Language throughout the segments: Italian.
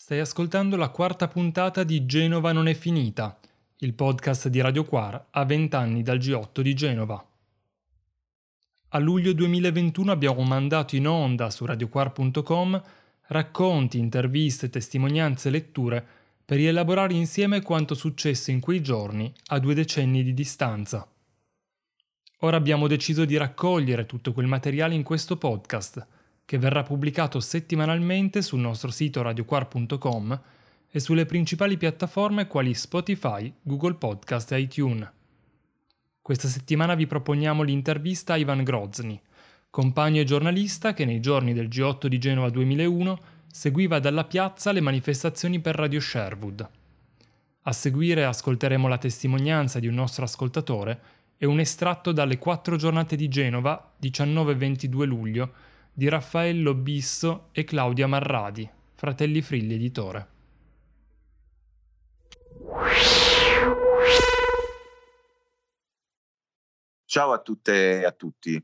Stai ascoltando la quarta puntata di Genova non è finita, il podcast di Radio Quar a 20 anni dal G8 di Genova. A luglio 2021 abbiamo mandato in onda su radioquar.com racconti, interviste, testimonianze e letture per rielaborare insieme quanto successo in quei giorni a 2 decenni di distanza. Ora abbiamo deciso di raccogliere tutto quel materiale in questo podcast, che verrà pubblicato settimanalmente sul nostro sito radioquar.com e sulle principali piattaforme quali Spotify, Google Podcast e iTunes. Questa settimana vi proponiamo l'intervista a Ivan Grozny, compagno e giornalista che nei giorni del G8 di Genova 2001 seguiva dalla piazza le manifestazioni per Radio Sherwood. A seguire ascolteremo la testimonianza di un nostro ascoltatore e un estratto dalle 4 giornate di Genova, 19 e 22 luglio, di Raffaello Bisso e Claudia Marradi, Fratelli Frilli editore. Ciao a tutte e a tutti.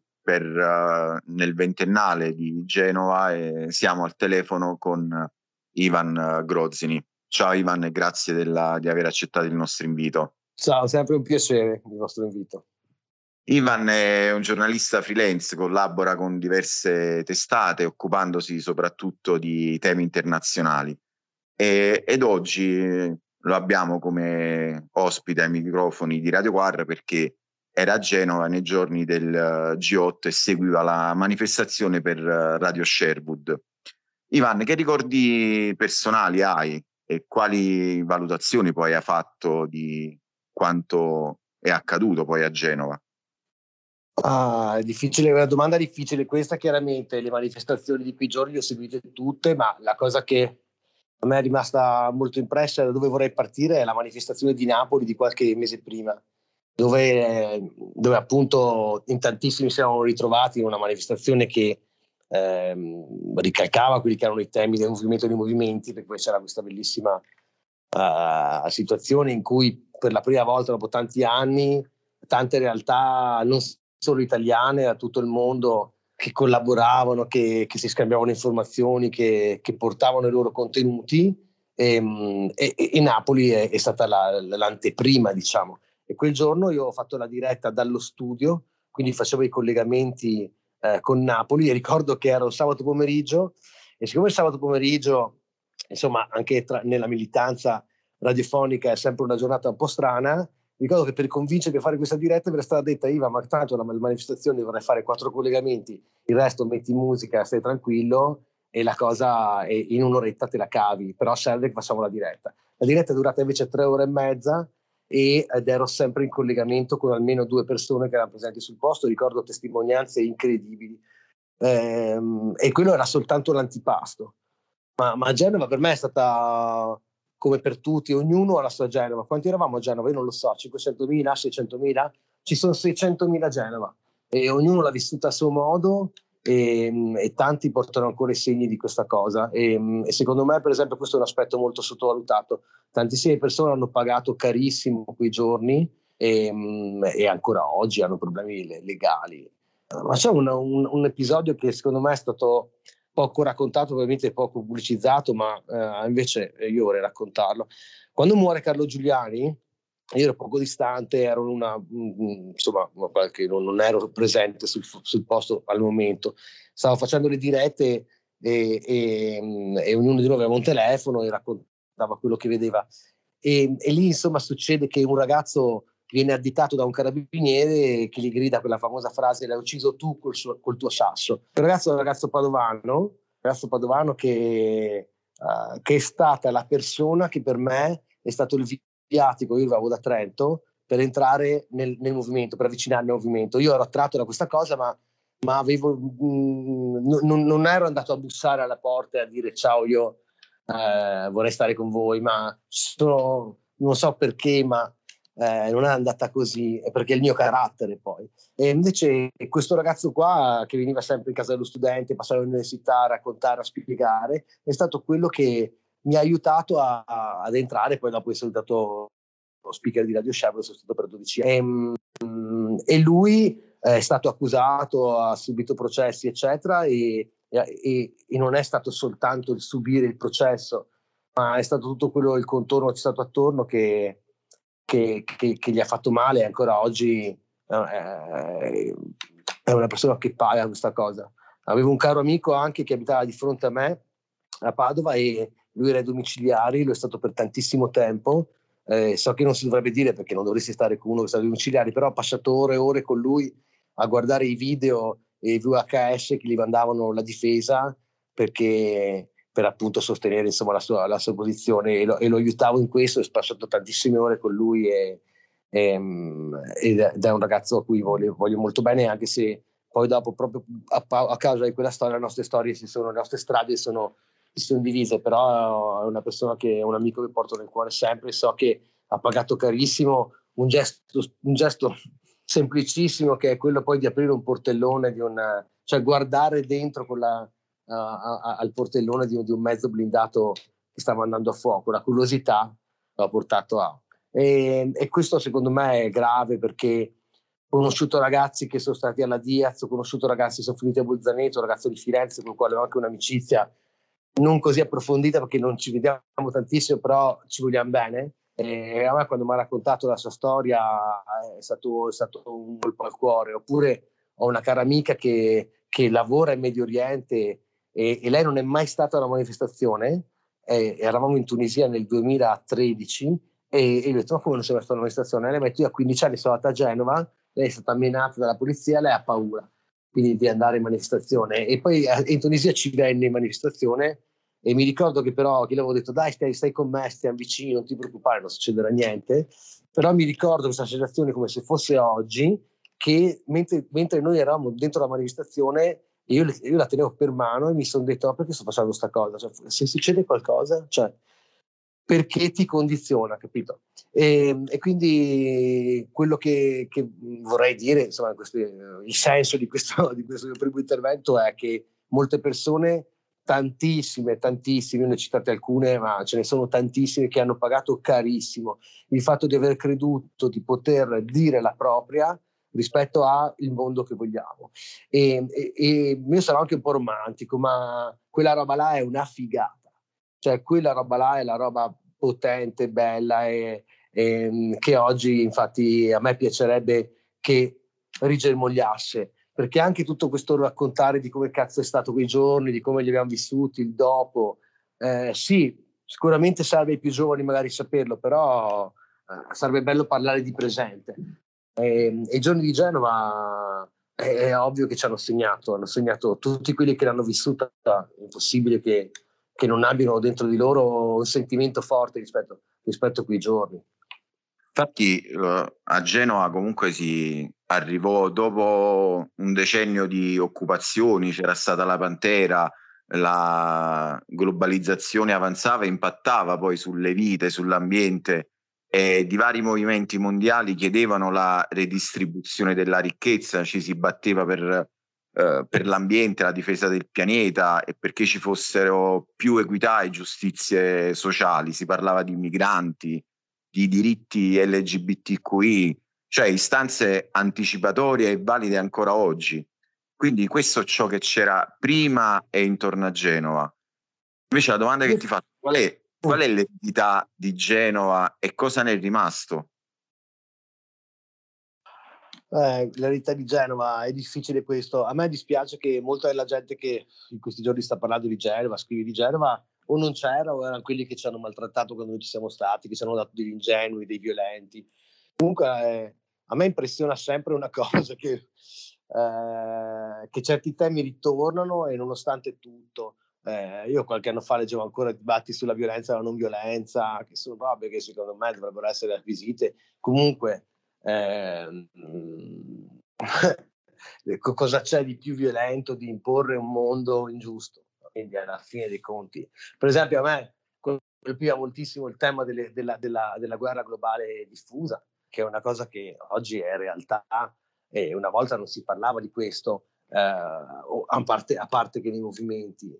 Nel ventennale di Genova siamo al telefono con Ivan Grozny. Ciao Ivan e grazie di aver accettato il nostro invito. Ciao, sempre un piacere il vostro invito. Ivan è un giornalista freelance, collabora con diverse testate occupandosi soprattutto di temi internazionali ed oggi lo abbiamo come ospite ai microfoni di Radio Quar perché era a Genova nei giorni del G8 e seguiva la manifestazione per Radio Sherwood. Ivan, che ricordi personali hai e quali valutazioni poi hai fatto di quanto è accaduto poi a Genova? È difficile, è una domanda difficile questa. Chiaramente le manifestazioni di quei giorni le ho seguite tutte, ma la cosa che a me è rimasta molto impressa, da dove vorrei partire, è la manifestazione di Napoli di qualche mese prima, dove appunto in tantissimi si siamo ritrovati in una manifestazione che ricalcava quelli che erano i temi del movimento dei movimenti, perché poi c'era questa bellissima situazione in cui per la prima volta dopo tanti anni tante realtà non solo italiane a tutto il mondo che collaboravano, che si scambiavano informazioni, che portavano i loro contenuti e Napoli è stata l'anteprima, diciamo. E quel giorno io ho fatto la diretta dallo studio, quindi facevo i collegamenti con Napoli e ricordo che era un sabato pomeriggio e siccome il sabato pomeriggio, insomma, anche nella militanza radiofonica è sempre una giornata un po' strana, ricordo che per convincermi a fare questa diretta mi era stata detta: Iva, ma tanto la manifestazione vorrei fare 4 collegamenti, il resto metti musica, stai tranquillo e la cosa in un'oretta te la cavi, però serve che facciamo la diretta. La diretta è durata invece 3 ore e mezza ed ero sempre in collegamento con almeno 2 persone che erano presenti sul posto. Ricordo testimonianze incredibili e quello era soltanto l'antipasto, ma Genova per me è stata come per tutti, ognuno ha la sua Genova. Quanti eravamo a Genova? Io non lo so, 500.000, 600.000? Ci sono 600.000 Genova e ognuno l'ha vissuta a suo modo e tanti portano ancora i segni di questa cosa e secondo me per esempio questo è un aspetto molto sottovalutato. Tantissime persone hanno pagato carissimo quei giorni e ancora oggi hanno problemi legali. Ma c'è un episodio che secondo me è stato poco raccontato, ovviamente poco pubblicizzato, ma invece io vorrei raccontarlo. Quando muore Carlo Giuliani, io ero poco distante, ero in insomma, non ero presente sul posto al momento. Stavo facendo le dirette e ognuno di noi aveva un telefono e raccontava quello che vedeva. E lì, insomma, succede che un ragazzo viene additato da un carabiniere che gli grida quella famosa frase: l'hai ucciso tu col tuo sasso. Il ragazzo è un ragazzo padovano che è stata la persona che per me è stato il viatico. Io arrivavo da Trento per entrare nel movimento, per avvicinarmi al movimento. Io ero attratto da questa cosa, ma avevo non ero andato a bussare alla porta e a dire ciao, io vorrei stare con voi, ma non so perché, ma non è andata così, perché è il mio carattere poi. E invece questo ragazzo qua, che veniva sempre in casa dello studente, passava all'università a raccontare, a spiegare, è stato quello che mi ha aiutato ad entrare. Poi dopo sono diventato lo speaker di Radio Sherwood, sono stato per 12 anni e lui è stato accusato, ha subito processi eccetera e non è stato soltanto il subire il processo, è stato tutto quello, il contorno che c'è stato attorno che gli ha fatto male, e ancora oggi è una persona che paga questa cosa. Avevo un caro amico anche che abitava di fronte a me a Padova, e lui era ai domiciliari, lo è stato per tantissimo tempo. So che non si dovrebbe dire, perché non dovresti stare con uno che sta ai domiciliari, però ho passato ore e ore con lui a guardare i video e i VHS che gli mandavano la difesa, perché per appunto sostenere, insomma, la sua posizione, e lo aiutavo in questo. Ho passato tantissime ore con lui, ed è un ragazzo a cui voglio molto bene, anche se poi dopo, proprio a causa di quella storia, le nostre strade si sono divise. Però è una persona è un amico che porto nel cuore sempre. So che ha pagato carissimo un gesto semplicissimo, che è quello poi di aprire un portellone cioè guardare dentro al portellone di un mezzo blindato che stava andando a fuoco. La curiosità l'ha portato a... E questo secondo me è grave, perché ho conosciuto ragazzi che sono stati alla Diaz, ho conosciuto ragazzi che sono finiti a Bolzaneto, un ragazzo di Firenze con il quale ho anche un'amicizia non così approfondita, perché non ci vediamo tantissimo, però ci vogliamo bene. E a me, quando mi ha raccontato la sua storia, è stato un colpo al cuore. Oppure ho una cara amica che lavora in Medio Oriente, e lei non è mai stata a una manifestazione. Eravamo in Tunisia nel 2013, e gli ho detto: ma come non sei mai stata a una manifestazione? Lei mi ha detto: io a 15 anni sono andata a Genova, lei è stata menata dalla polizia, lei ha paura quindi di andare in manifestazione. E poi in Tunisia ci venne in manifestazione, e mi ricordo che però che le avevo detto: dai, stai con me, stiamo vicini, non ti preoccupare, non succederà niente. Però mi ricordo questa sensazione come se fosse oggi, che mentre noi eravamo dentro la manifestazione, io la tenevo per mano e mi sono detto: ma perché sto facendo questa cosa? Cioè, se succede qualcosa, cioè, perché ti condiziona, capito? E quindi quello che vorrei dire, insomma, il senso di questo mio primo intervento è che molte persone, tantissime, ne ho citate alcune, ma ce ne sono tantissime, che hanno pagato carissimo il fatto di aver creduto di poter dire la propria rispetto al mondo che vogliamo. E io sarò anche un po' romantico, ma quella roba là è una figata. Cioè, quella roba là è la roba potente, bella, e che oggi, infatti, a me piacerebbe che rigermogliasse, perché anche tutto questo raccontare di come cazzo è stato quei giorni, di come li abbiamo vissuti, il dopo, sì, sicuramente serve ai più giovani magari saperlo, però sarebbe bello parlare di presente. E i giorni di Genova è ovvio che ci hanno segnato tutti quelli che l'hanno vissuta. È impossibile che non abbiano dentro di loro un sentimento forte rispetto a quei giorni. Infatti a Genova comunque si arrivò dopo un decennio di occupazioni, c'era stata la Pantera, la globalizzazione avanzava e impattava poi sulle vite, sull'ambiente, e di vari movimenti mondiali chiedevano la redistribuzione della ricchezza, ci si batteva per l'ambiente, la difesa del pianeta e perché ci fossero più equità e giustizie sociali. Si parlava di migranti, di diritti LGBTQI, cioè istanze anticipatorie e valide ancora oggi. Quindi questo è ciò che c'era prima e intorno a Genova. Invece la domanda che ti faccio: qual è l'eredità di Genova e cosa ne è rimasto? L'eredità di Genova è difficile questo. A me dispiace che molta della gente che in questi giorni sta parlando di Genova, scrive di Genova, o non c'era, o erano quelli che ci hanno maltrattato quando noi ci siamo stati, che ci hanno dato degli ingenui, dei violenti. Comunque a me impressiona sempre una cosa, che certi temi ritornano, e nonostante tutto, io qualche anno fa leggevo ancora dibattiti sulla violenza e la non violenza, che sono robe che secondo me dovrebbero essere acquisite. Comunque cosa c'è di più violento di imporre un mondo ingiusto? Quindi alla fine dei conti, per esempio, a me colpiva moltissimo il tema della guerra globale diffusa, che è una cosa che oggi è realtà, e una volta non si parlava di questo, a parte che nei movimenti.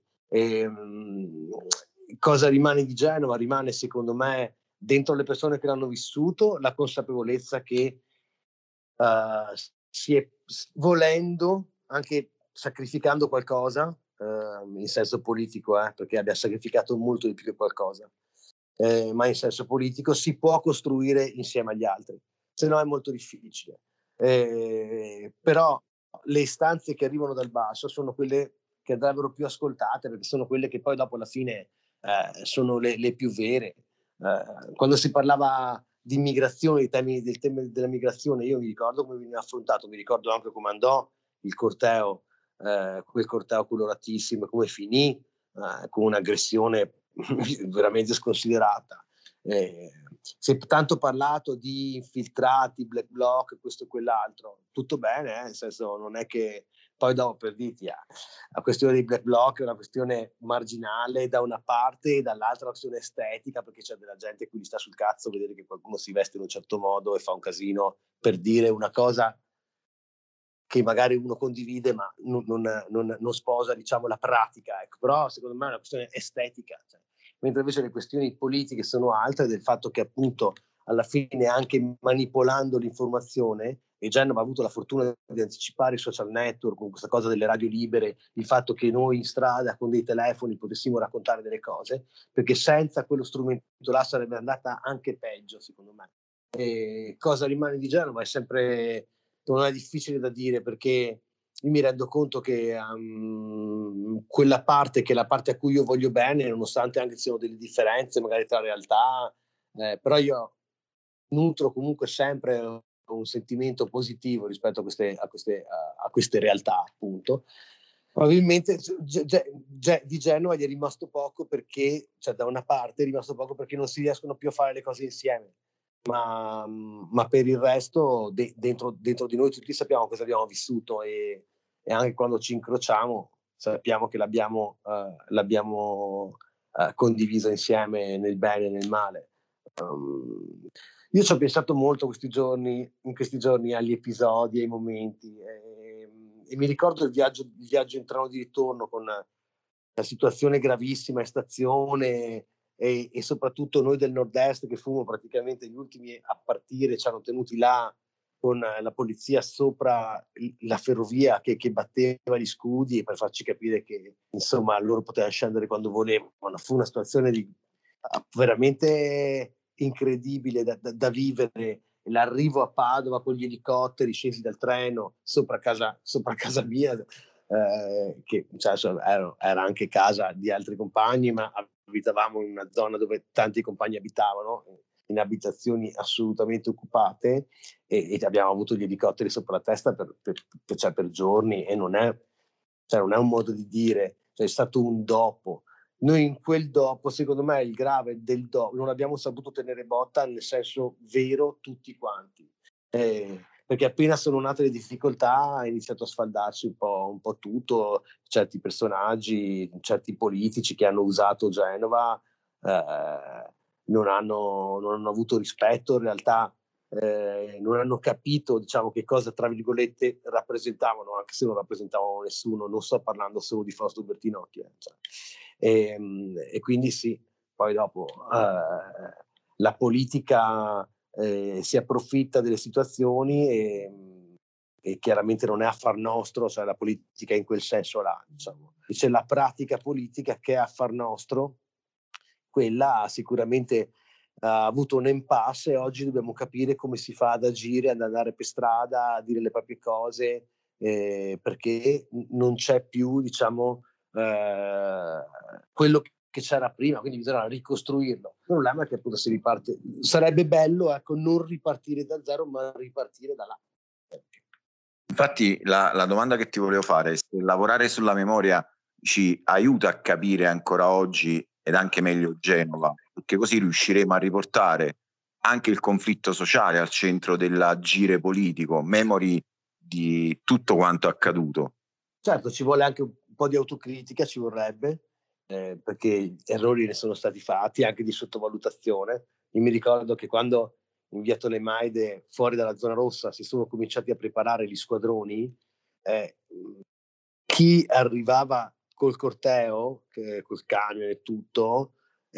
Cosa rimane di Genova? Rimane, secondo me, dentro le persone che l'hanno vissuto, la consapevolezza che si è, volendo, anche sacrificando qualcosa, in senso politico, perché abbia sacrificato molto di più che qualcosa, ma in senso politico, si può costruire insieme agli altri, se no è molto difficile. Però le istanze che arrivano dal basso sono quelle che andrebbero più ascoltate, perché sono quelle che poi dopo alla fine sono le più vere. Quando si parlava di immigrazione, del tema della migrazione, io mi ricordo come veniva affrontato, mi ricordo anche come andò il corteo, quel corteo coloratissimo, come finì con un'aggressione veramente sconsiderata. Si è tanto parlato di infiltrati, black bloc, questo e quell'altro, tutto bene, nel senso non è che poi dopo per dirti la questione dei black bloc è una questione marginale da una parte e dall'altra una questione estetica, perché c'è della gente a cui gli sta sul cazzo vedere che qualcuno si veste in un certo modo e fa un casino per dire una cosa che magari uno condivide ma non sposa, diciamo, la pratica, ecco. Però secondo me è una questione estetica, cioè. Mentre invece le questioni politiche sono altre, del fatto che appunto alla fine anche manipolando l'informazione, e Genova ha avuto la fortuna di anticipare i social network con questa cosa delle radio libere, il fatto che noi in strada con dei telefoni potessimo raccontare delle cose, perché senza quello strumento là sarebbe andata anche peggio, secondo me. E cosa rimane di Genova è sempre, non è difficile da dire, perché io mi rendo conto che quella parte, che è la parte a cui io voglio bene, nonostante anche ci siano delle differenze magari tra realtà, però io nutro comunque sempre un sentimento positivo rispetto a queste realtà, appunto. Probabilmente di Genova gli è rimasto poco perché, cioè, da una parte è rimasto poco perché non si riescono più a fare le cose insieme, ma per il resto dentro di noi tutti sappiamo cosa abbiamo vissuto, e anche quando ci incrociamo sappiamo che l'abbiamo condiviso insieme nel bene e nel male. Io ci ho pensato molto in questi giorni agli episodi, ai momenti, e mi ricordo il viaggio in treno di ritorno con la situazione gravissima in stazione, e soprattutto noi del nord-est che fummo praticamente gli ultimi a partire, ci hanno tenuti là con la polizia sopra la ferrovia che batteva gli scudi per farci capire che insomma loro potevano scendere quando volevano. Fu una situazione veramente incredibile da vivere. L'arrivo a Padova con gli elicotteri scesi dal treno sopra casa mia, che cioè, era anche casa di altri compagni, ma abitavamo in una zona dove tanti compagni abitavano, in abitazioni assolutamente occupate, e abbiamo avuto gli elicotteri sopra la testa per giorni, e non è un modo di dire, cioè, è stato un dopo. Noi in quel dopo, secondo me, il grave del dopo, non abbiamo saputo tenere botta nel senso vero tutti quanti, perché appena sono nate le difficoltà ha iniziato a sfaldarsi un po' tutto, certi personaggi, certi politici che hanno usato Genova non hanno avuto rispetto, in realtà non hanno capito, diciamo, che cosa tra virgolette rappresentavano, anche se non rappresentavano nessuno. Non sto parlando solo di Fausto Bertinotti, cioè. E quindi sì, poi dopo la politica si approfitta delle situazioni, e chiaramente non è affar nostro, cioè la politica in quel senso là, diciamo. C'è la pratica politica che è affar nostro, quella sicuramente ha avuto un impasse, e oggi dobbiamo capire come si fa ad agire, ad andare per strada, a dire le proprie cose, perché non c'è più, diciamo, quello che c'era prima, quindi bisogna ricostruirlo. Il problema è che appunto si riparte, sarebbe bello, ecco, non ripartire da zero, ma ripartire da là. Infatti la domanda che ti volevo fare è se lavorare sulla memoria ci aiuta a capire ancora oggi ed anche meglio Genova, perché così riusciremo a riportare anche il conflitto sociale al centro dell'agire politico, memori di tutto quanto accaduto. Certo, ci vuole anche un po' di autocritica, ci vorrebbe, perché errori ne sono stati fatti, anche di sottovalutazione. Io mi ricordo che quando in via Tolemaide, fuori dalla zona rossa, si sono cominciati a preparare gli squadroni, chi arrivava col corteo, col camion e tutto,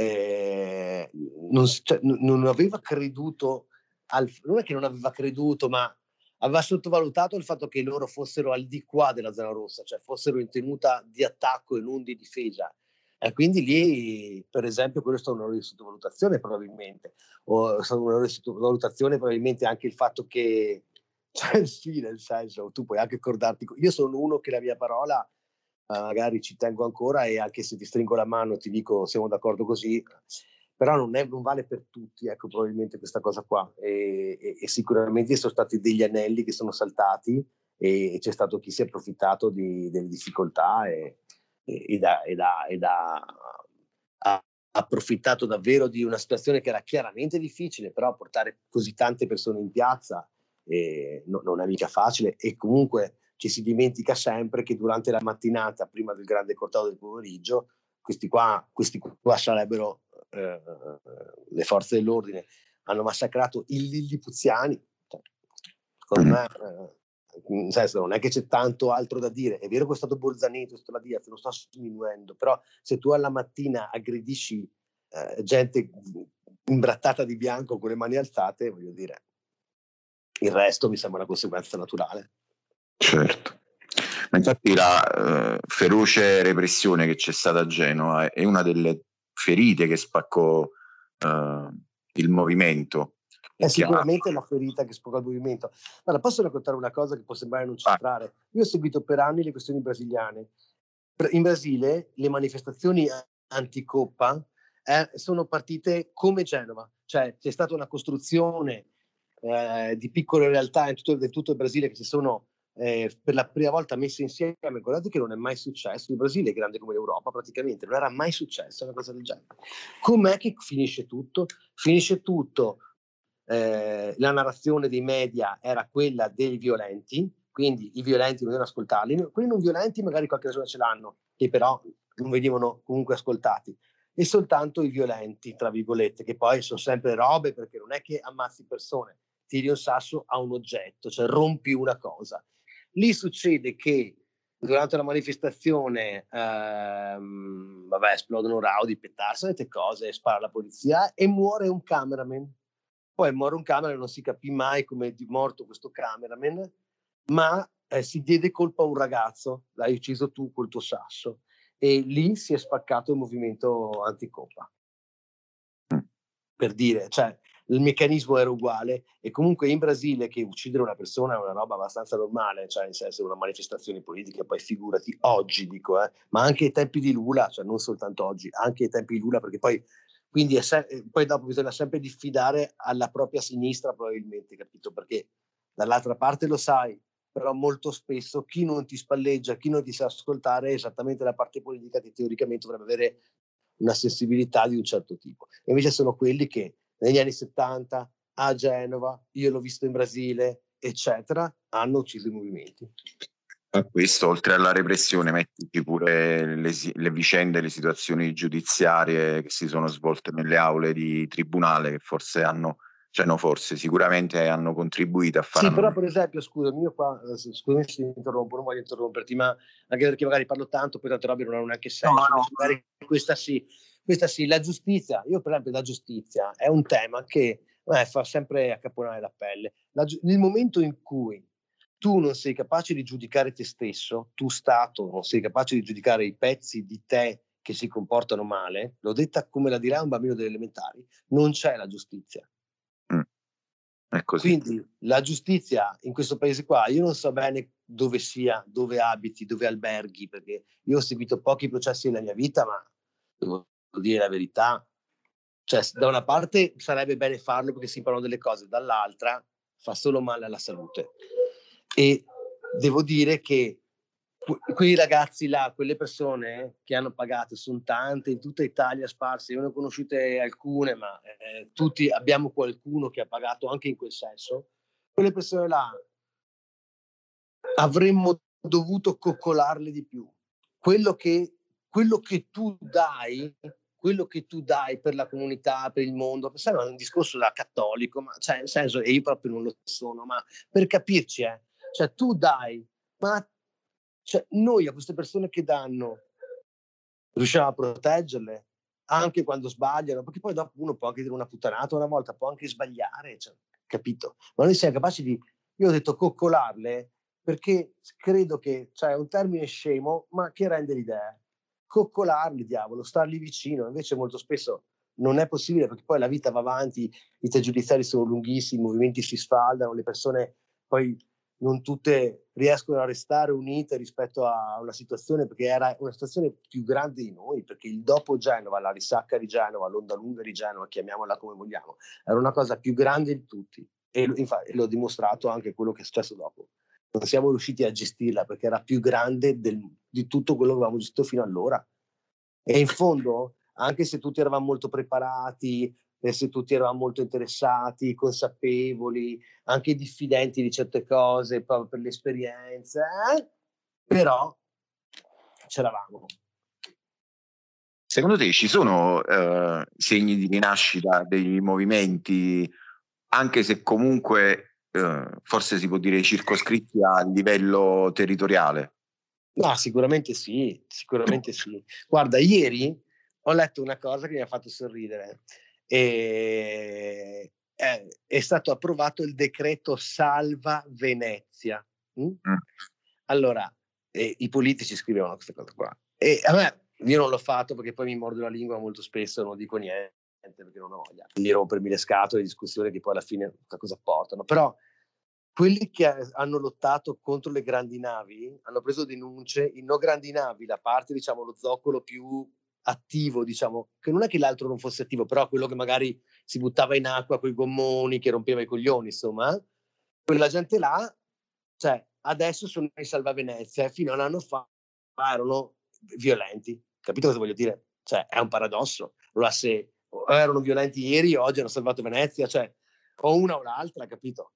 non aveva creduto, non è che non aveva creduto, ma aveva sottovalutato il fatto che loro fossero al di qua della zona rossa, cioè fossero in tenuta di attacco e non di difesa. E quindi lì, per esempio, quello è stato un errore di sottovalutazione probabilmente, o è stato un errore di sottovalutazione probabilmente anche il fatto che, cioè sì, nel senso, tu puoi anche accordarti, io sono uno che la mia parola magari ci tengo ancora, e anche se ti stringo la mano ti dico siamo d'accordo così, però non vale per tutti, ecco, probabilmente questa cosa qua, e sicuramente sono stati degli anelli che sono saltati, e c'è stato chi si è approfittato delle difficoltà ha approfittato davvero di una situazione che era chiaramente difficile, però portare così tante persone in piazza non è mica facile, e comunque ci si dimentica sempre che durante la mattinata, prima del grande corteo del pomeriggio, questi qua sarebbero le forze dell'ordine, hanno massacrato i lillipuziani. Secondo me, nel senso, non è che c'è tanto altro da dire. È vero che è stato Bolzaneto, sto la Diaz, non sto sminuendo, però se tu alla mattina aggredisci gente imbrattata di bianco con le mani alzate, voglio dire, il resto mi sembra una conseguenza naturale. Certo. Ma infatti la feroce repressione che c'è stata a Genova è una delle ferite che spaccò il movimento. È sicuramente la ferita che spacca il movimento. Allora, posso raccontare una cosa che può sembrare non centrare? Io ho seguito per anni le questioni brasiliane. In Brasile le manifestazioni anticoppa sono partite come Genova, cioè c'è stata una costruzione di piccole realtà in tutto il Brasile che si sono per la prima volta messe insieme. Guardate che non è mai successo, il Brasile è grande come l'Europa praticamente, non era mai successo una cosa del genere. Com'è che finisce tutto? Finisce tutto, la narrazione dei media era quella dei violenti, quindi i violenti non devono ascoltarli, quelli non violenti magari qualche ragione ce l'hanno, che però non venivano comunque ascoltati, e soltanto i violenti, tra virgolette, che poi sono sempre robe, perché non è che ammazzi persone, tiri un sasso a un oggetto, cioè rompi una cosa. Lì succede che durante la manifestazione esplodono rowdy, petardi, cose, spara la polizia e muore un cameraman. Poi muore un cameraman, non si capì mai come è morto questo cameraman, ma si diede colpa a un ragazzo, l'hai ucciso tu col tuo sasso, e lì si è spaccato il movimento anticoppa. Per dire, cioè, il meccanismo era uguale, e comunque in Brasile che uccidere una persona è una roba abbastanza normale, cioè nel senso una manifestazione politica, poi figurati oggi, dico, ma anche ai tempi di Lula, cioè non soltanto oggi, anche ai tempi di Lula, perché poi quindi poi dopo bisogna sempre diffidare alla propria sinistra probabilmente, capito? Perché dall'altra parte lo sai, però molto spesso chi non ti spalleggia, chi non ti sa ascoltare è esattamente la parte politica che teoricamente dovrebbe avere una sensibilità di un certo tipo. E invece sono quelli che negli anni 70 a Genova, io l'ho visto in Brasile, eccetera, hanno ucciso i movimenti. A questo, oltre alla repressione, metti pure le vicende, le situazioni giudiziarie che si sono svolte nelle aule di tribunale, che forse sicuramente hanno contribuito a fare... Sì, però per esempio, scusami, io qua, scusami se ti interrompo, non voglio interromperti, ma anche perché magari parlo tanto, poi tante robe non hanno neanche senso. No. Magari questa sì, la giustizia, io per esempio la giustizia è un tema che fa sempre accaponare la pelle. Nel momento in cui tu non sei capace di giudicare te stesso, tu Stato non sei capace di giudicare i pezzi di te che si comportano male, l'ho detta come la dirà un bambino delle elementari, non c'è la giustizia. È così. Quindi la giustizia in questo paese qua, io non so bene dove sia, dove abiti, dove alberghi, perché io ho seguito pochi processi nella mia vita, ma devo dire la verità, cioè da una parte sarebbe bene farlo perché si imparano delle cose, dall'altra fa solo male alla salute. E devo dire che quei ragazzi là, quelle persone che hanno pagato, sono tante in tutta Italia sparse, io ne ho conosciute alcune, ma tutti abbiamo qualcuno che ha pagato anche in quel senso. Quelle persone là avremmo dovuto coccolarle di più. Quello che tu dai per la comunità, per il mondo, sai, è un discorso da cattolico, ma cioè nel senso, e io proprio non lo sono, ma per capirci, cioè tu dai, ma cioè, noi a queste persone che danno riusciamo a proteggerle anche quando sbagliano, perché poi dopo uno può anche dire una puttanata una volta, può anche sbagliare, cioè, capito? Ma noi siamo capaci di, io ho detto coccolarle, perché credo che, cioè, è un termine scemo, ma che rende l'idea. coccolarli, diavolo, stargli vicino. Invece molto spesso non è possibile, perché poi la vita va avanti, i test giudiziari sono lunghissimi, i movimenti si sfaldano, le persone poi non tutte riescono a restare unite rispetto a una situazione, perché era una situazione più grande di noi, perché il dopo Genova, la risacca di Genova, l'onda lunga di Genova, chiamiamola come vogliamo, era una cosa più grande di tutti, e infatti l'ho dimostrato anche quello che è successo dopo. Non siamo riusciti a gestirla perché era più grande di tutto quello che avevamo gestito fino allora. E in fondo, anche se tutti eravamo molto preparati, e se tutti eravamo molto interessati, consapevoli, anche diffidenti di certe cose proprio per l'esperienza, però c'eravamo. Secondo te ci sono segni di rinascita dei movimenti, anche se comunque forse si può dire circoscritti a livello territoriale? No, sicuramente sì, sicuramente sì. Guarda, ieri ho letto una cosa che mi ha fatto sorridere. È stato approvato il decreto Salva Venezia. Mm? Allora, i politici scrivevano queste cose qua. E a me, io non l'ho fatto perché poi mi mordo la lingua molto spesso, non dico niente perché non ho voglia di rompermi le scatole, discussioni che poi alla fine cosa portano. Però quelli che hanno lottato contro le grandi navi hanno preso denunce, i no grandi navi, la parte, diciamo, lo zoccolo più attivo, diciamo, che non è che l'altro non fosse attivo, però quello che magari si buttava in acqua con i gommoni, che rompeva i coglioni, insomma, quella gente là, cioè, adesso sono in Salva Venezia, e fino a un anno fa erano violenti. Capito cosa voglio dire? Cioè, è un paradosso. Allora, se erano violenti ieri, oggi hanno salvato Venezia, cioè, o una o l'altra, capito?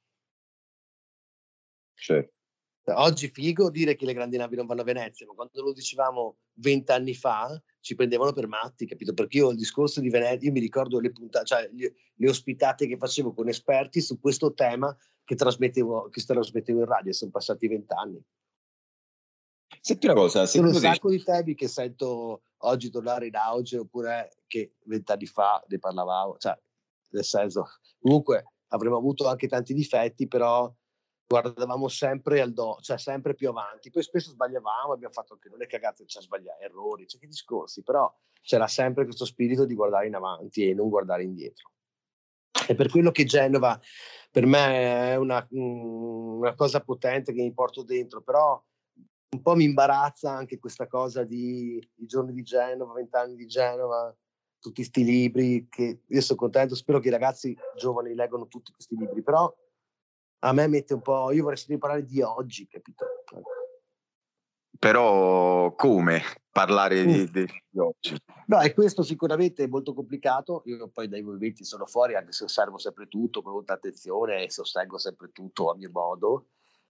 Certo. Oggi figo dire che le grandi navi non vanno a Venezia, ma quando lo dicevamo 20 anni fa ci prendevano per matti, capito? Perché io il discorso di Venezia, io mi ricordo le puntate, cioè le ospitate che facevo con esperti su questo tema che trasmettevo in radio, sono passati 20 anni. Senti una cosa, Sono un secondo te sacco di temi che sento oggi tornare in auge, oppure che 20 anni fa ne parlavamo, cioè, nel senso, comunque avremmo avuto anche tanti difetti, però guardavamo sempre cioè sempre più avanti. Poi spesso sbagliavamo, abbiamo fatto anche noi le cagate, cioè sbagliare, errori, cioè che discorsi, però c'era sempre questo spirito di guardare in avanti e non guardare indietro. E per quello che Genova per me è una cosa potente che mi porto dentro, però un po' mi imbarazza anche questa cosa di i giorni di Genova, 20 anni di Genova, tutti questi libri, che io sono contento, spero che i ragazzi giovani leggano tutti questi libri, però a me mette un po', io vorrei sentire parlare di oggi, capito? però come parlare di oggi? No, e questo sicuramente è molto complicato. Io poi dai movimenti sono fuori, anche se osservo sempre tutto con molta attenzione e sostengo sempre tutto a mio modo.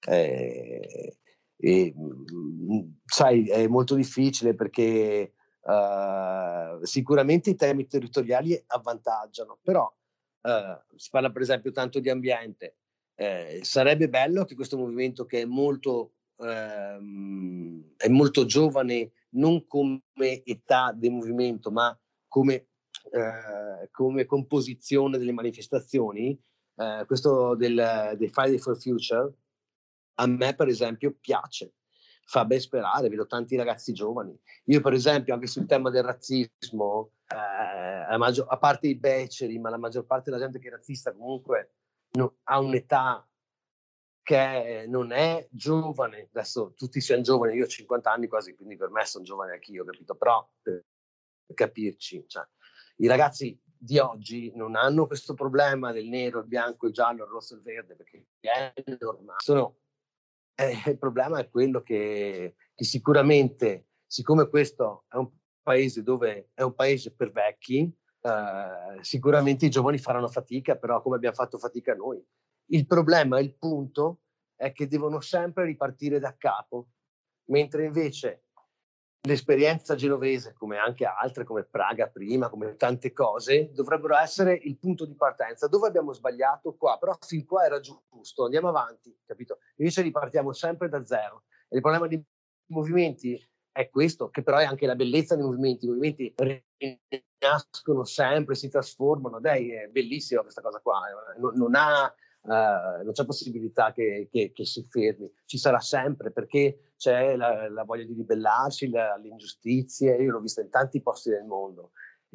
Sai, è molto difficile perché sicuramente i temi territoriali avvantaggiano, però si parla per esempio tanto di ambiente. Sarebbe bello che questo movimento, che è molto giovane, non come età del movimento, ma come composizione delle manifestazioni, questo del Friday for Future, a me per esempio piace, fa ben sperare, vedo tanti ragazzi giovani. Io per esempio anche sul tema del razzismo, a parte i beceri, ma la maggior parte della gente che è razzista comunque ha un'età che non è giovane. Adesso tutti siamo giovani, io ho 50 anni quasi, quindi per me sono giovane anch'io, capito? Però per capirci, cioè, i ragazzi di oggi non hanno questo problema del nero, il bianco, il giallo, il rosso, il verde, perché è normale. Il problema è quello che sicuramente, siccome questo è un paese dove è un paese per vecchi, sicuramente i giovani faranno fatica, però come abbiamo fatto fatica noi. Il problema, il punto, è che devono sempre ripartire da capo, mentre invece l'esperienza genovese, come anche altre, come Praga prima, come tante cose, dovrebbero essere il punto di partenza. Dove abbiamo sbagliato? Qua, però fin qua era giusto, andiamo avanti, capito? Invece ripartiamo sempre da zero. E il problema dei movimenti è questo, che però è anche la bellezza dei movimenti. I movimenti nascono sempre, si trasformano. Dai, è bellissima questa cosa qua. Non ha non c'è possibilità che si fermi, ci sarà sempre, perché c'è la voglia di ribellarsi, le ingiustizie. Io l'ho vista in tanti posti del mondo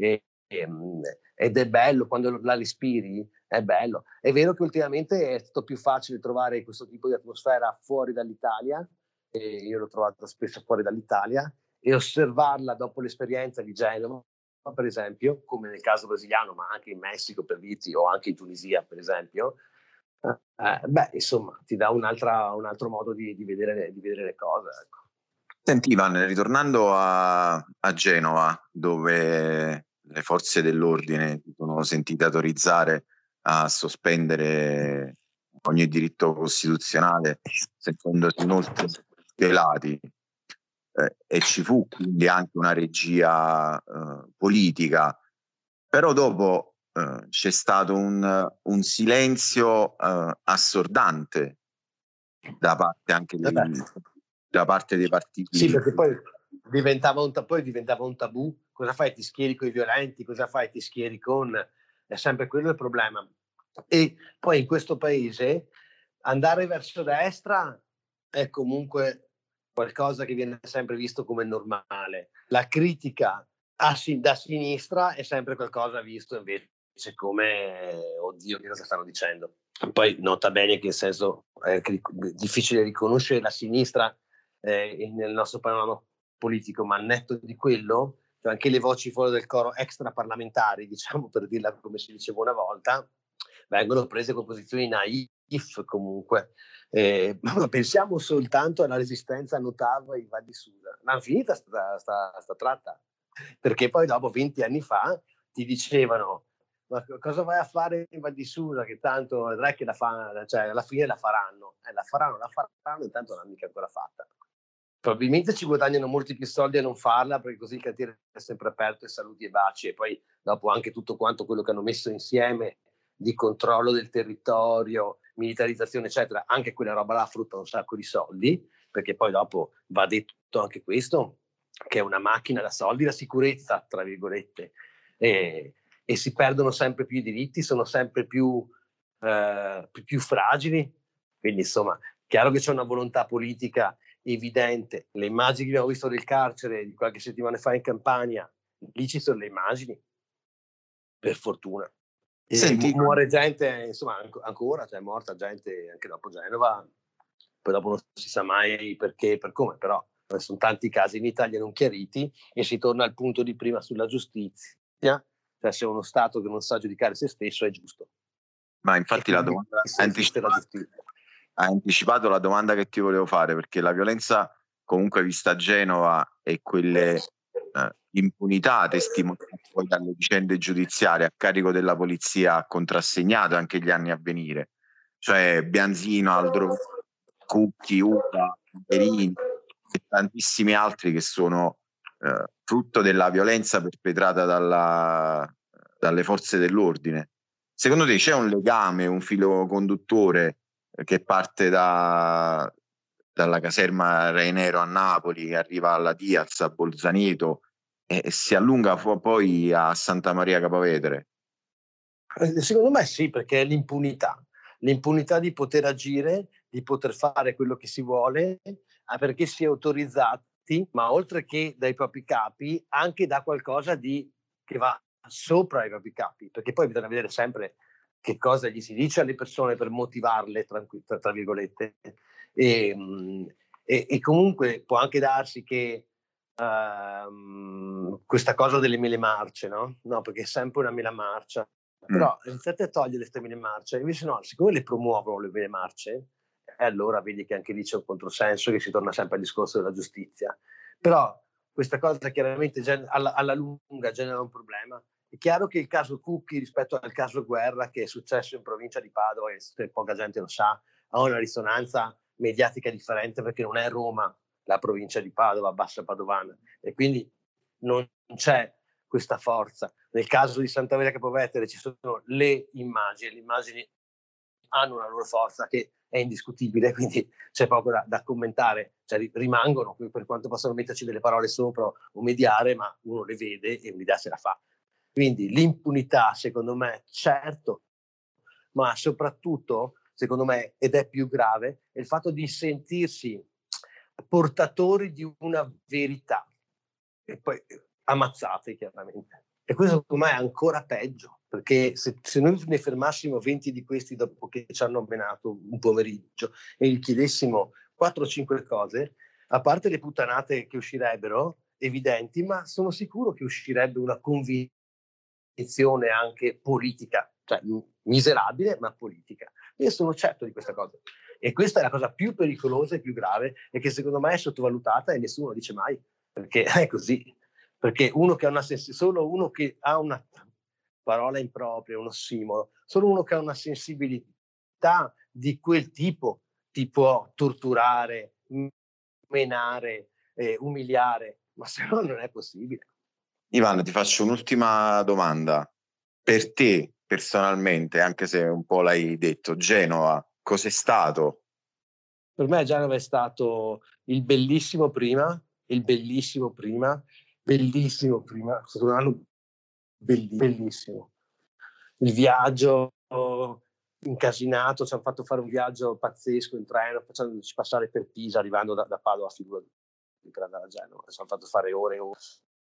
ed è bello quando la respiri, è bello. È vero che ultimamente è stato più facile trovare questo tipo di atmosfera fuori dall'Italia, e io l'ho trovata spesso fuori dall'Italia, e osservarla dopo l'esperienza di Genova, per esempio, come nel caso brasiliano, ma anche in Messico per dirti, o anche in Tunisia, per esempio, beh, insomma, ti dà un altro modo di vedere le cose. Ecco. Senti Ivan, ritornando a Genova, dove le forze dell'ordine si sono sentite autorizzare a sospendere ogni diritto costituzionale, sentendosi inoltre violati, e ci fu quindi anche una regia politica, però dopo c'è stato un silenzio assordante da parte anche da parte dei partiti. Sì, perché poi diventava un tabù. Cosa fai? Ti schieri con i violenti? Cosa fai? Ti schieri con... È sempre quello il problema. E poi in questo paese andare verso destra è comunque qualcosa che viene sempre visto come normale. La critica da sinistra è sempre qualcosa visto invece come oddio, che cosa stanno dicendo. Poi nota bene che in senso è difficile riconoscere la sinistra nel nostro panorama politico, ma al netto di quello, cioè anche le voci fuori del coro extraparlamentari, diciamo, per dirla come si diceva una volta, vengono prese con posizioni naif comunque. Ma pensiamo soltanto alla resistenza a Notava in Val di Susa. Ma finita sta tratta, perché poi dopo 20 anni fa ti dicevano: ma cosa vai a fare in Val di Susa, che tanto vedrai che cioè, alla fine la faranno, la faranno, intanto non l'hanno mica ancora fatta. Probabilmente ci guadagnano molti più soldi a non farla, perché così il cantiere è sempre aperto e saluti e baci, e poi dopo anche tutto quanto quello che hanno messo insieme di controllo del territorio, militarizzazione eccetera, anche quella roba là frutta un sacco di soldi, perché poi dopo va detto anche questo, che è una macchina da soldi, la sicurezza tra virgolette, e si perdono sempre più i diritti, sono sempre più fragili. Quindi insomma, chiaro che c'è una volontà politica evidente. Le immagini che abbiamo visto del carcere di qualche settimana fa in Campania, lì ci sono le immagini, per fortuna. Senti, Muore gente, insomma, ancora, cioè è morta gente anche dopo Genova, poi dopo non si sa mai perché e per come, però sono tanti casi in Italia non chiariti, e si torna al punto di prima sulla giustizia, cioè se uno Stato che non sa giudicare se stesso è giusto. ma infatti la domanda ha anticipato la domanda che ti volevo fare, perché la violenza comunque vista a Genova e quelle impunità testimoniate poi dalle vicende giudiziarie a carico della polizia ha contrassegnato anche gli anni a venire, cioè Bianzino, Aldro, Cucchi, Uva, Perini e tantissimi altri che sono frutto della violenza perpetrata dalle forze dell'ordine. Secondo te c'è un legame, un filo conduttore che parte dalla caserma Reinero a Napoli, che arriva alla Diaz, a Bolzaneto e si allunga poi a Santa Maria Capovetere? Secondo me sì, perché è l'impunità di poter agire, di poter fare quello che si vuole, perché si è autorizzati, ma oltre che dai propri capi, anche da qualcosa che va sopra i propri capi, perché poi bisogna vedere sempre che cosa gli si dice alle persone per motivarle, tra virgolette. E comunque può anche darsi che questa cosa delle mele marce, no? No, perché è sempre una mela marcia. Però iniziate a togliere le mele marce, invece no, siccome le promuovono le mele marce, allora vedi che anche lì c'è un controsenso, che si torna sempre al discorso della giustizia. Però questa cosa chiaramente alla lunga genera un problema. È chiaro che il caso Cucchi rispetto al caso Guerra, che è successo in provincia di Padova, e poca gente lo sa, ha una risonanza mediatica differente, perché non è Roma la provincia di Padova, Bassa Padovana, e quindi non c'è questa forza. Nel caso di Santa Maria Capovetere ci sono le immagini hanno una loro forza che è indiscutibile, quindi c'è poco da commentare, cioè rimangono, per quanto possano metterci delle parole sopra o mediare, ma uno le vede e un'idea se la fa. Quindi l'impunità, secondo me, certo, ma soprattutto, secondo me, ed è più grave, è il fatto di sentirsi portatori di una verità e poi ammazzate chiaramente. E questo secondo me è ancora peggio, perché se noi ne fermassimo 20 di questi dopo che ci hanno menato un pomeriggio e gli chiedessimo 4 o 5 cose, a parte le puttanate che uscirebbero evidenti, ma sono sicuro che uscirebbe una convinzione anche politica, cioè miserabile ma politica. Io sono certo di questa cosa. E questa è la cosa più pericolosa e più grave, e che secondo me è sottovalutata e nessuno lo dice mai, perché è così. Perché uno che ha solo uno che ha una parola impropria, uno ossimoro, solo uno che ha una sensibilità di quel tipo ti può torturare, menare, umiliare, ma se no non è possibile. Ivan, ti faccio un'ultima domanda. Per te, personalmente, anche se un po' l'hai detto, Genova, cos'è stato? Per me Genova è stato il bellissimo prima, è stato un anno bellissimo. Il viaggio incasinato, ci hanno fatto fare un viaggio pazzesco in treno, facendoci passare per Pisa, arrivando da Padova a Figura per andare a Genova. Ci hanno fatto fare ore e ore.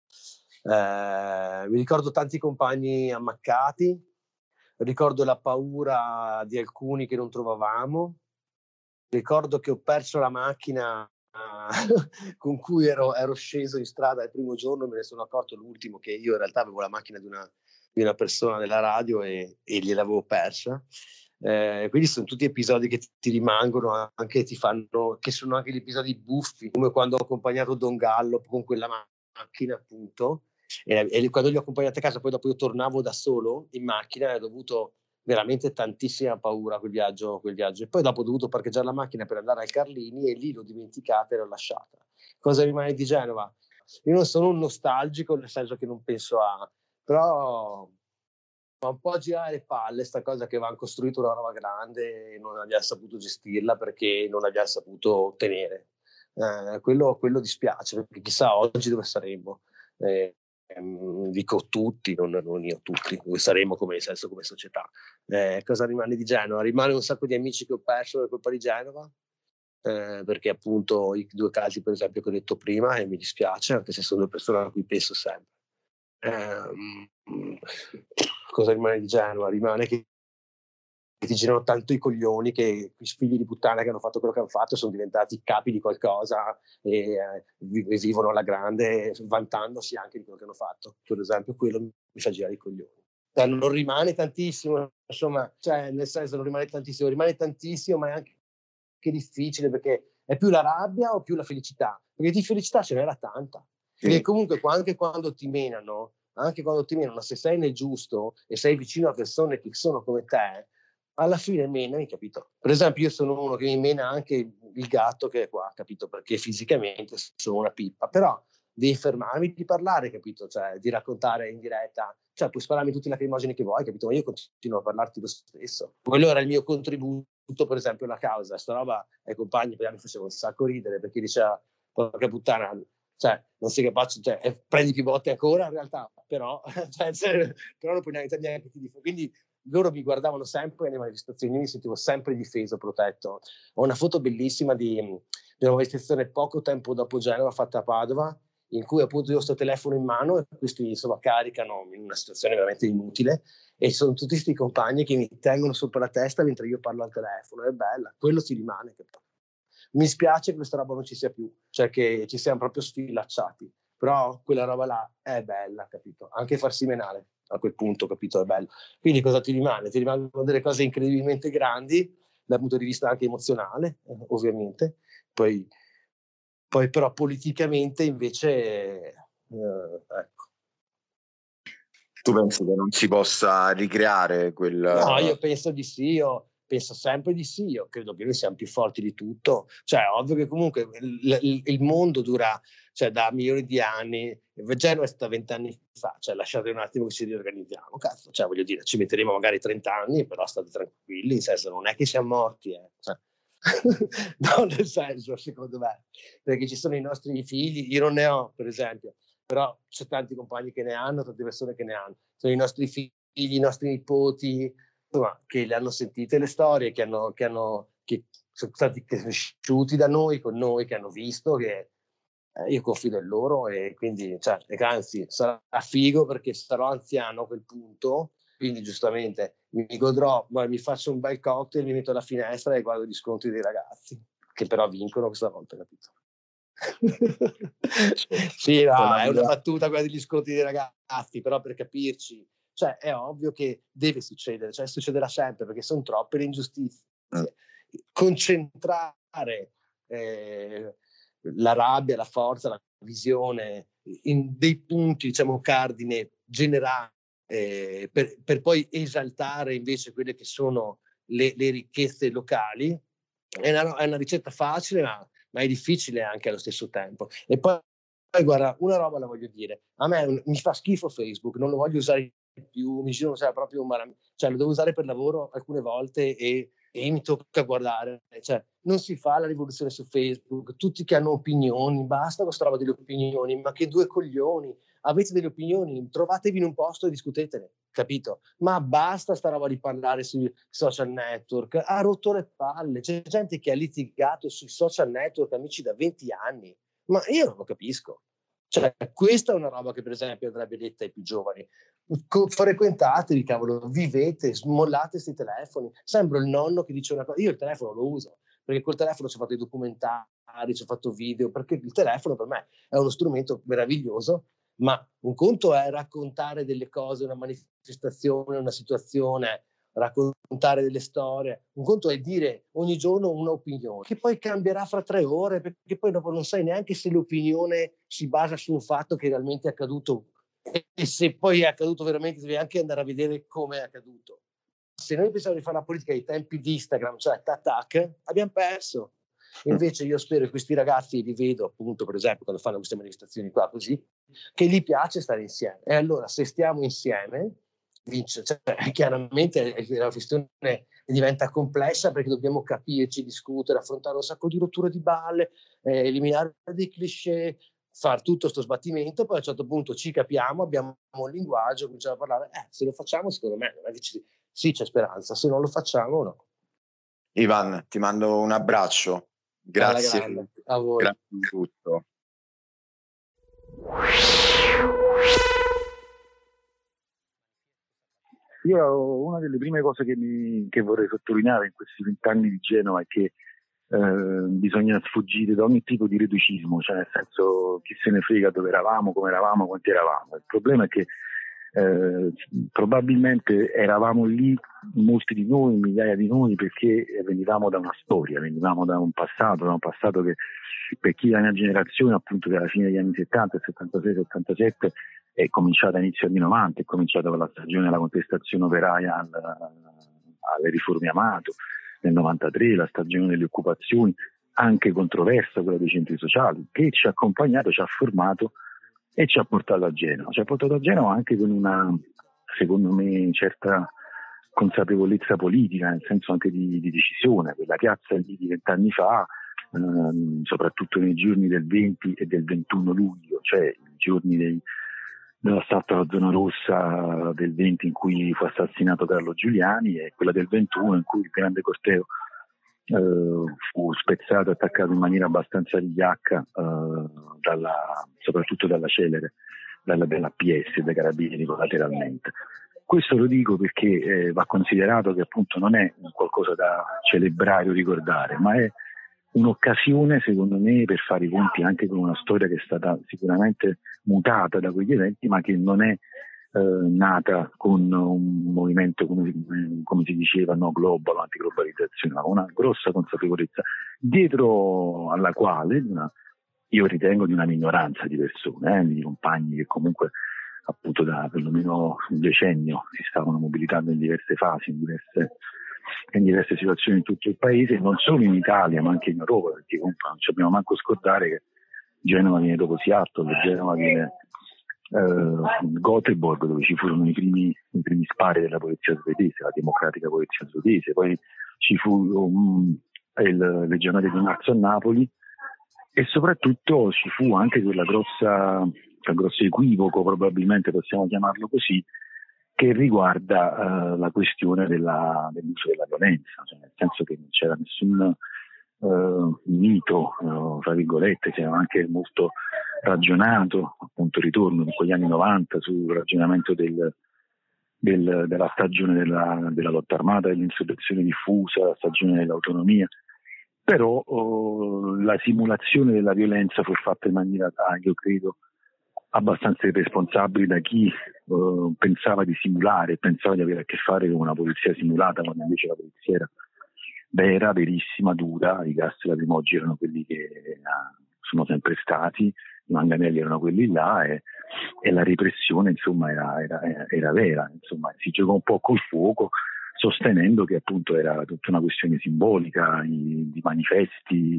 Mi ricordo tanti compagni ammaccati, ricordo la paura di alcuni che non trovavamo, ricordo che ho perso la macchina con cui ero sceso in strada il primo giorno, me ne sono accorto l'ultimo che io in realtà avevo la macchina di una persona della radio e gliel'avevo persa. Quindi sono tutti episodi che ti rimangono, anche ti fanno, che sono anche gli episodi buffi, come quando ho accompagnato Don Gallo con quella macchina appunto, e quando li ho accompagnati a casa, poi dopo io tornavo da solo in macchina e ho dovuto veramente tantissima paura quel viaggio, e poi dopo ho dovuto parcheggiare la macchina per andare al Carlini e lì l'ho dimenticata e l'ho lasciata. Cosa rimane di Genova? Io non sono un nostalgico, nel senso che non penso però fa un po' girare le palle sta cosa che avevano costruito una roba grande e non abbiamo saputo gestirla perché non abbiamo saputo tenere. Quello dispiace, perché chissà oggi dove saremmo. Dico tutti, non io, tutti, dove saremo come società. Cosa rimane di Genova? Rimane un sacco di amici che ho perso per colpa di Genova, perché appunto i 2 casi per esempio che ho detto prima, e mi dispiace anche se sono 2 persone a cui penso sempre. Cosa rimane di Genova? Rimane che ti girano tanto i coglioni che i figli di puttana che hanno fatto quello che hanno fatto sono diventati capi di qualcosa e vivono alla grande vantandosi anche di quello che hanno fatto. Per esempio quello mi fa girare i coglioni. Non rimane tantissimo, insomma, cioè nel senso non rimane tantissimo, ma è anche difficile, perché è più la rabbia o più la felicità? Perché di felicità ce n'era tanta. Perché comunque anche quando ti menano, se sei nel giusto e sei vicino a persone che sono come te, alla fine menami, capito? Per esempio io sono uno che mi mena anche il gatto che è qua, capito? Perché fisicamente sono una pippa, però devi fermarmi di parlare, capito? Cioè di raccontare in diretta, cioè puoi spararmi tutti i lacrimogeni che vuoi, capito? Ma io continuo a parlarti lo stesso. Quello era il mio contributo, per esempio, alla causa. Sta roba ai compagni mi faceva un sacco ridere, perché diceva, porca puttana, cioè non sei capace, cioè, prendi più botte ancora in realtà, però, però non puoi neanche ti difendere. Quindi loro mi guardavano sempre nelle manifestazioni, io mi sentivo sempre difeso, protetto. Ho una foto bellissima di una manifestazione poco tempo dopo Genova, fatta a Padova, in cui appunto io ho sto telefono in mano e questi insomma caricano in una situazione veramente inutile, e sono tutti questi compagni che mi tengono sopra la testa mentre io parlo al telefono. È bella, quello ti rimane. Mi spiace che questa roba non ci sia più, cioè che ci siamo proprio sfilacciati, però quella roba là è bella, capito? Anche farsi menare a quel punto, capito? È bello. Quindi cosa ti rimane? Ti rimangono delle cose incredibilmente grandi dal punto di vista anche emozionale, ovviamente. Poi però politicamente invece, ecco. Tu pensi che non si possa ricreare quel... No, io penso di sì, io penso sempre di sì, io credo che noi siamo più forti di tutto, cioè ovvio che comunque il mondo dura, cioè, da milioni di anni. Genova è stata 20 anni fa, cioè lasciate un attimo che ci riorganizziamo, cazzo, cioè voglio dire, ci metteremo magari 30 anni, però state tranquilli, nel senso non è che siamo morti, cioè. No, nel senso, secondo me, perché ci sono i nostri figli, io non ne ho per esempio, però c'è tanti compagni che ne hanno, tante persone che ne hanno, sono i nostri figli, i nostri nipoti, insomma, che le hanno sentite le storie, che sono stati cresciuti da noi, con noi, che hanno visto, che io confido in loro, e quindi anzi sarà figo perché sarò anziano a quel punto, quindi giustamente mi godrò, mi faccio un bel cocktail, mi metto alla finestra e guardo gli scontri dei ragazzi, che però vincono questa volta, capito? Sì, no, è una battuta quella degli scontri dei ragazzi, però per capirci, è ovvio che deve succedere, succederà sempre, perché sono troppe le ingiustizie. Concentrare la rabbia, la forza, la visione in dei punti, diciamo, cardine generali, per poi esaltare invece quelle che sono le ricchezze locali, è una ricetta facile, ma è difficile anche allo stesso tempo. E poi guarda, una roba la voglio dire, a me mi fa schifo Facebook, non lo voglio usare più, mi giro, proprio lo devo usare per lavoro alcune volte e mi tocca guardare, non si fa la rivoluzione su Facebook, tutti che hanno opinioni, basta questa roba delle opinioni, ma che due coglioni, avete delle opinioni, trovatevi in un posto e discutetene, capito? Ma basta sta roba di parlare sui social network, ha rotto le palle, c'è gente che ha litigato sui social network, amici, da 20 anni, ma io non lo capisco. Questa è una roba che per esempio andrebbe detta ai più giovani. Frequentatevi, cavolo, vivete, smollate questi telefoni. Sembro il nonno che dice una cosa. Io il telefono lo uso, perché col telefono ci ho fatto i documentari, ci ho fatto video, perché il telefono per me è uno strumento meraviglioso, ma un conto è raccontare delle cose, una manifestazione, una situazione, raccontare delle storie, un conto è dire ogni giorno un'opinione che poi cambierà fra 3 ore, perché poi dopo non sai neanche se l'opinione si basa su un fatto che realmente è accaduto, e se poi è accaduto veramente devi anche andare a vedere come è accaduto. Se noi pensiamo di fare la politica ai tempi di Instagram, tac, abbiamo perso. Invece io spero che questi ragazzi, li vedo appunto per esempio quando fanno queste manifestazioni qua così, che gli piace stare insieme, e allora se stiamo insieme vince. Chiaramente la questione diventa complessa perché dobbiamo capirci, discutere, affrontare un sacco di rotture di balle, eliminare dei cliché, far tutto sto sbattimento, poi a un certo punto ci capiamo, abbiamo un linguaggio, cominciamo a parlare, se lo facciamo secondo me non è che sì, c'è speranza, se non lo facciamo no. Ivan, ti mando un abbraccio, grazie a voi. Grazie di tutto. Io una delle prime cose che vorrei sottolineare in questi 20 anni di Genova è che bisogna sfuggire da ogni tipo di reducismo, nel senso, chi se ne frega dove eravamo, come eravamo, quanti eravamo. Il problema è che probabilmente eravamo lì molti di noi, migliaia di noi, perché venivamo da una storia, venivamo da un passato che per chi è la mia generazione, appunto della fine degli anni 70, 76, 77, è cominciata all'inizio anni 90, è cominciata con la stagione della contestazione operaia alle riforme Amato, nel 93, la stagione delle occupazioni, anche controversa, quella dei centri sociali, che ci ha accompagnato, ci ha formato e ci ha portato a Genova. Ci ha portato a Genova anche con una, secondo me, certa consapevolezza politica, nel senso anche di decisione. Quella piazza lì di 20 anni fa, soprattutto nei giorni del 20 e del 21 luglio, cioè i giorni dell'assalto alla zona rossa del 20 in cui fu assassinato Carlo Giuliani, e quella del 21 in cui il grande corteo fu spezzato e attaccato in maniera abbastanza vigliacca soprattutto dalla Celere, della PS e dai carabinieri collateralmente. Questo lo dico perché va considerato che appunto non è qualcosa da celebrare o ricordare, ma è un'occasione secondo me per fare i conti anche con una storia che è stata sicuramente mutata da quegli eventi, ma che non è nata con un movimento come si diceva no global, antiglobalizzazione, ma una grossa consapevolezza dietro alla quale io ritengo di una minoranza di persone, di compagni che comunque appunto da perlomeno un decennio si stavano mobilitando in diverse fasi, in diverse situazioni in tutto il paese, non solo in Italia ma anche in Europa, perché comunque non ci dobbiamo manco scordare che Genova viene dopo Seattle, Genova viene Göteborg, dove ci furono i primi spari della polizia svedese, la democratica polizia svedese, poi ci fu il legionario di marzo a Napoli, e soprattutto ci fu anche quel grosso equivoco, probabilmente possiamo chiamarlo così, che riguarda la questione dell'uso della violenza, cioè nel senso che non c'era nessun mito, tra virgolette, si era anche molto ragionato, appunto ritorno in quegli anni 90 sul ragionamento della stagione della lotta armata, dell'insurrezione diffusa, la stagione dell'autonomia, però la simulazione della violenza fu fatta in maniera, io credo, abbastanza irresponsabile da chi pensava di simulare, pensava di avere a che fare con una polizia simulata, quando invece la polizia era vera, verissima, dura. I gas lacrimogeni erano quelli che sono sempre stati, i manganelli erano quelli là, e la repressione insomma era vera, insomma si giocò un po' col fuoco, sostenendo che appunto era tutta una questione simbolica di manifesti,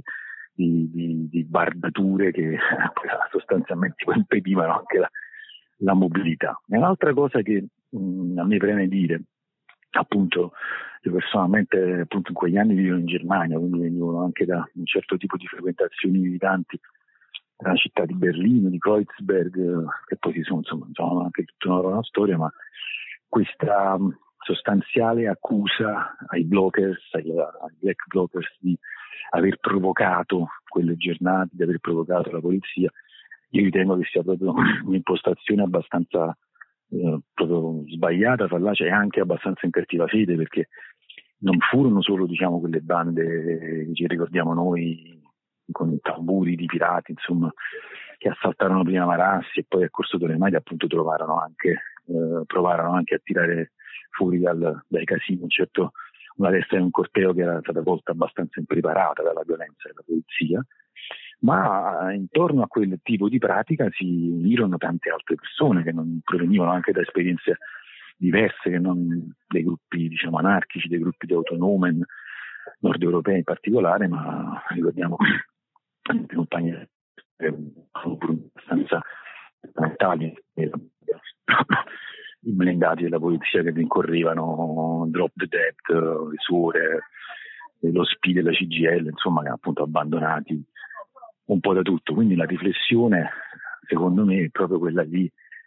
di bardature che sostanzialmente impedivano anche la mobilità. E un'altra cosa che a me preme dire, appunto, io personalmente appunto in quegli anni vivevo in Germania, quindi venivo anche da un certo tipo di frequentazioni militanti nella città di Berlino, di Kreuzberg, che poi sono anche tutta una storia, ma questa sostanziale accusa ai blockers, ai black blockers, di aver provocato quelle giornate, di aver provocato la polizia, io ritengo che sia proprio un'impostazione abbastanza proprio sbagliata, fallace e anche abbastanza in cattiva fede, perché non furono solo, diciamo, quelle bande che ci ricordiamo noi con tamburi di pirati, insomma, che assaltarono prima Marassi e poi a Corso Tolemai, appunto provarono anche a tirare fuori dai casini una testa di un corteo che era stata volta abbastanza impreparata dalla violenza della polizia, ma intorno a quel tipo di pratica si unirono tante altre persone che non provenivano anche da esperienze diverse, che non dei gruppi, diciamo, anarchici, dei gruppi di autonomen nord europei in particolare, ma ricordiamo anche compagni abbastanza fondamentali, i blindati della polizia che rincorrevano Drop the Dead, le suore, lo SPI della CGIL, insomma, che appunto abbandonati un po' da tutto. Quindi la riflessione, secondo me, è proprio quella di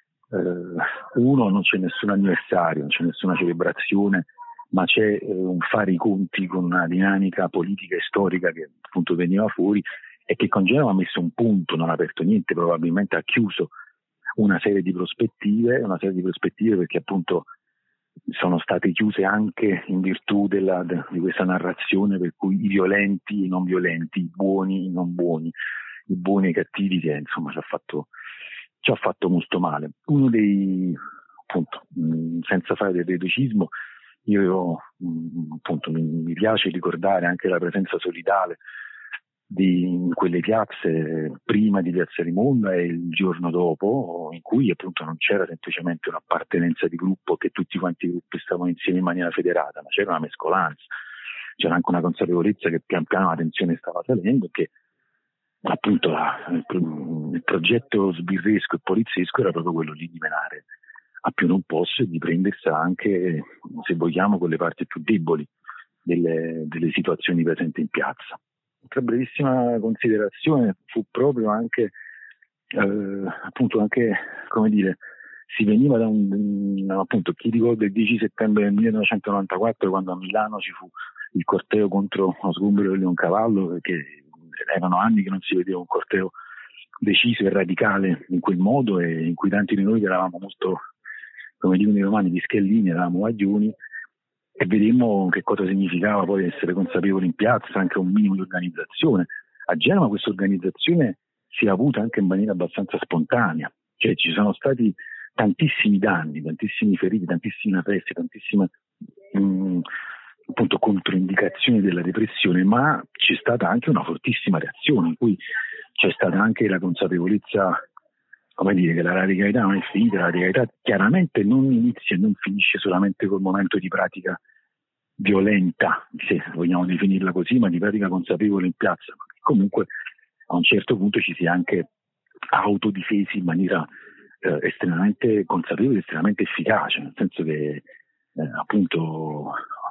uno, non c'è nessun anniversario, non c'è nessuna celebrazione, ma c'è un fare i conti con una dinamica politica e storica che appunto veniva fuori e che con Genova ha messo un punto, non ha aperto niente, probabilmente ha chiuso una serie di prospettive perché appunto sono state chiuse anche in virtù di questa narrazione per cui i violenti e i non violenti, i buoni e i non buoni, i buoni e i cattivi, che insomma ci ha fatto molto male. Uno dei, appunto, senza fare del reducismo, io appunto mi piace ricordare anche la presenza solidale in quelle piazze prima di Piazza Rimonda e il giorno dopo, in cui appunto non c'era semplicemente un'appartenenza di gruppo, che tutti quanti i gruppi stavano insieme in maniera federata, ma c'era una mescolanza, c'era anche una consapevolezza che pian piano la tensione stava salendo, che appunto il progetto sbirresco e poliziesco era proprio quello lì di menare a più non posso e di prendersi anche, se vogliamo, con le parti più deboli delle situazioni presenti in piazza. Un'altra brevissima considerazione fu proprio anche, appunto, anche, come dire, si veniva da appunto, chi ricorda il 10 settembre del 1994, quando a Milano ci fu il corteo contro lo sgombero di Leoncavallo, perché erano anni che non si vedeva un corteo deciso e radicale in quel modo, e in cui tanti di noi che eravamo molto, come dicono i romani, di schellini, eravamo guaglioni, e vedemmo che cosa significava poi essere consapevoli in piazza, anche un minimo di organizzazione. A Genova questa organizzazione si è avuta anche in maniera abbastanza spontanea, cioè ci sono stati tantissimi danni, tantissimi feriti, tantissimi arresti, tantissime appunto controindicazioni della repressione, ma c'è stata anche una fortissima reazione, in cui c'è stata anche la consapevolezza, come dire, che la radicalità non è finita, la radicalità chiaramente non inizia e non finisce solamente col momento di pratica violenta, se vogliamo definirla così, ma di pratica consapevole in piazza. Comunque a un certo punto ci si è anche autodifesi in maniera estremamente consapevole, estremamente efficace, nel senso che appunto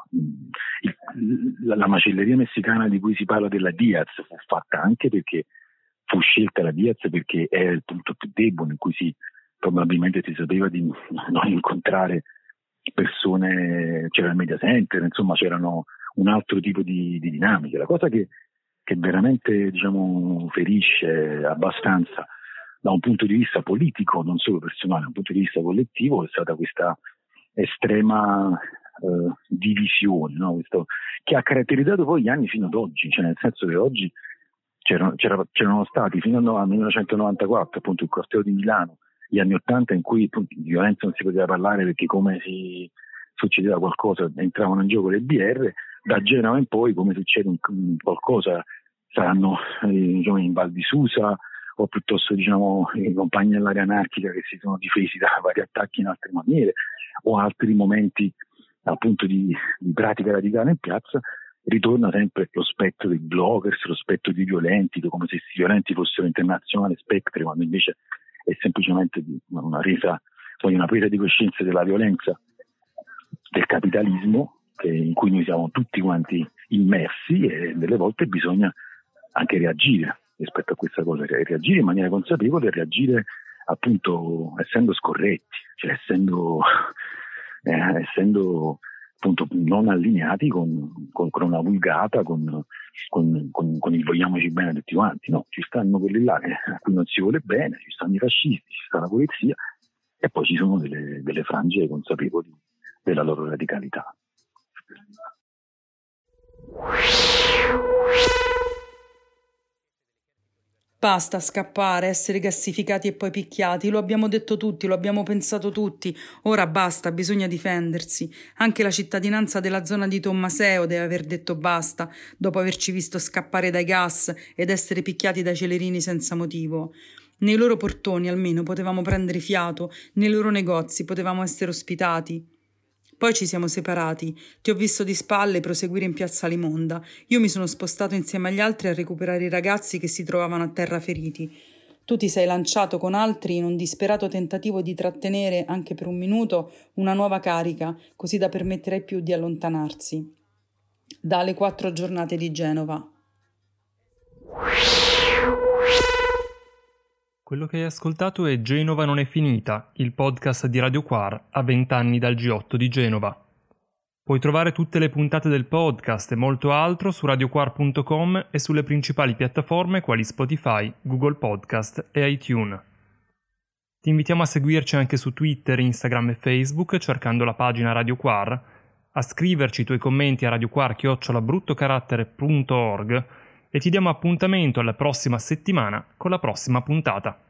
la macelleria messicana di cui si parla della Diaz fu fatta anche perché fu scelta la Diaz perché era il punto più debole, in cui probabilmente si sapeva di non incontrare persone, c'era il media center, insomma c'erano un altro tipo di dinamiche. La cosa che veramente, diciamo, ferisce abbastanza da un punto di vista politico, non solo personale, da un punto di vista collettivo, è stata questa estrema divisione, no? Questo, che ha caratterizzato poi gli anni fino ad oggi, cioè nel senso che oggi c'erano stati fino al 1994 appunto il corteo di Milano, gli anni 80 in cui appunto, di violenza non si poteva parlare perché come si succedeva qualcosa entravano in gioco le BR. Da Genova in poi, come succede qualcosa, saranno diciamo, in Val di Susa o piuttosto diciamo i compagni dell'area anarchica che si sono difesi da vari attacchi in altre maniere, o altri momenti appunto di pratica radicale in piazza. Ritorna sempre lo spettro dei bloggers, lo spettro dei violenti, come se questi violenti fossero internazionali spettri, quando invece è semplicemente una presa di coscienza della violenza del capitalismo in cui noi siamo tutti quanti immersi, e delle volte bisogna anche reagire rispetto a questa cosa, reagire in maniera consapevole, reagire appunto essendo scorretti, cioè essendo appunto non allineati con una vulgata, con il vogliamoci bene tutti quanti. No, ci stanno quelli là a cui non si vuole bene, ci stanno i fascisti, ci sta la polizia, e poi ci sono delle frange consapevoli della loro radicalità. Basta scappare, essere gassificati e poi picchiati, lo abbiamo detto tutti, lo abbiamo pensato tutti, ora basta, bisogna difendersi. Anche la cittadinanza della zona di Tommaseo deve aver detto basta, dopo averci visto scappare dai gas ed essere picchiati dai celerini senza motivo. Nei loro portoni almeno potevamo prendere fiato, nei loro negozi potevamo essere ospitati. Poi ci siamo separati, ti ho visto di spalle proseguire in piazza Limonda, io mi sono spostato insieme agli altri a recuperare i ragazzi che si trovavano a terra feriti. Tu ti sei lanciato con altri in un disperato tentativo di trattenere, anche per un minuto, una nuova carica, così da permettere ai più di allontanarsi. Dalle 4 giornate di Genova. Quello che hai ascoltato è Genova non è finita, il podcast di Radio Quar a 20 anni dal G8 di Genova. Puoi trovare tutte le puntate del podcast e molto altro su radioquar.com e sulle principali piattaforme quali Spotify, Google Podcast e iTunes. Ti invitiamo a seguirci anche su Twitter, Instagram e Facebook cercando la pagina Radio Quar, a scriverci i tuoi commenti a radioquar@bruttocarattere.org e ti diamo appuntamento alla prossima settimana con la prossima puntata.